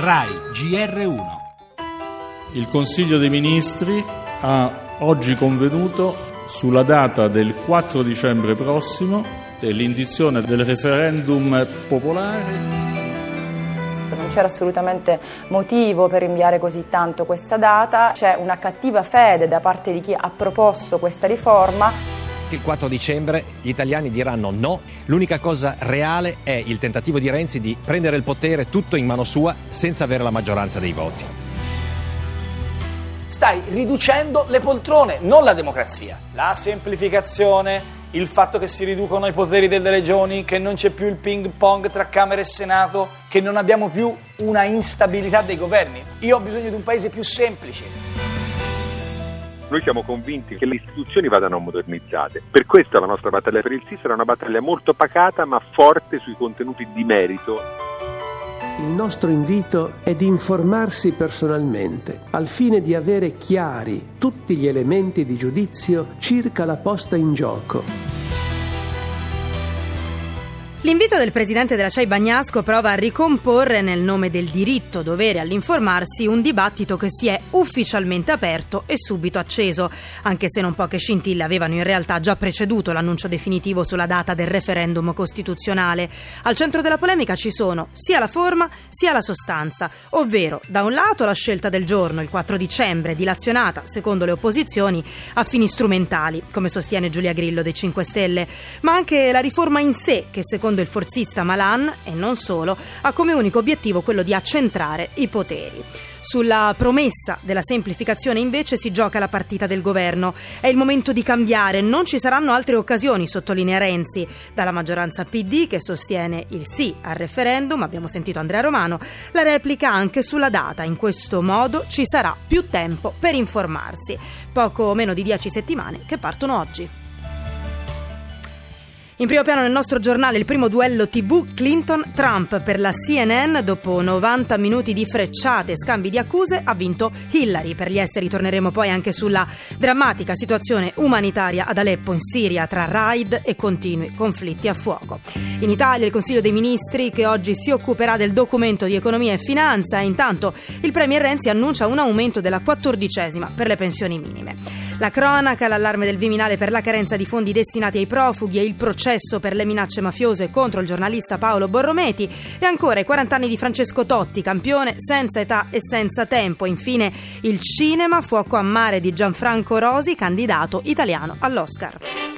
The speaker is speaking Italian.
RAI GR1. Il Consiglio dei Ministri ha oggi convenuto sulla data del 4 dicembre prossimo dell'indizione del referendum popolare. Non c'era assolutamente motivo per rinviare così tanto questa data, c'è una cattiva fede da parte di chi ha proposto questa riforma. Il 4 dicembre gli italiani diranno no, l'unica cosa reale è il tentativo di Renzi di prendere il potere tutto in mano sua senza avere la maggioranza dei voti. Stai riducendo le poltrone, non la democrazia. La semplificazione, il fatto che si riducono i poteri delle regioni, che non c'è più il ping pong tra Camera e Senato, che non abbiamo più una instabilità dei governi. Io ho bisogno di un paese più semplice. Noi siamo convinti che le istituzioni vadano modernizzate. Per questo la nostra battaglia per il sì sarà una battaglia molto pacata ma forte sui contenuti di merito. Il nostro invito è di informarsi personalmente, al fine di avere chiari tutti gli elementi di giudizio circa la posta in gioco. L'invito del presidente della CEI Bagnasco prova a ricomporre nel nome del diritto dovere all'informarsi un dibattito che si è ufficialmente aperto e subito acceso, anche se non poche scintille avevano in realtà già preceduto l'annuncio definitivo sulla data del referendum costituzionale. Al centro della polemica ci sono sia la forma sia la sostanza, ovvero da un lato la scelta del giorno, il 4 dicembre, dilazionata, secondo le opposizioni, a fini strumentali, come sostiene Giulia Grillo dei 5 Stelle, ma anche la riforma in sé, che secondo il forzista Malan, e non solo, ha come unico obiettivo quello di accentrare i poteri. Sulla promessa della semplificazione invece si gioca la partita del governo. È il momento di cambiare, non ci saranno altre occasioni, sottolinea Renzi. Dalla maggioranza PD che sostiene il sì al referendum, abbiamo sentito Andrea Romano, la replica anche sulla data. In questo modo ci sarà più tempo per informarsi. Poco meno di 10 settimane che partono oggi. In primo piano nel nostro giornale il primo duello TV Clinton-Trump per la CNN. Dopo 90 minuti di frecciate e scambi di accuse ha vinto Hillary. Per gli esteri torneremo poi anche sulla drammatica situazione umanitaria ad Aleppo in Siria, tra raid e continui conflitti a fuoco. In Italia il Consiglio dei Ministri che oggi si occuperà del documento di economia e finanza, e intanto il premier Renzi annuncia un aumento della 14ª per le pensioni minime. La cronaca, l'allarme del Viminale per la carenza di fondi destinati ai profughi e il processo per le minacce mafiose contro il giornalista Paolo Borrometi, e ancora i 40 anni di Francesco Totti, campione senza età e senza tempo. Infine il cinema, Fuoco a mare di Gianfranco Rosi, candidato italiano all'Oscar.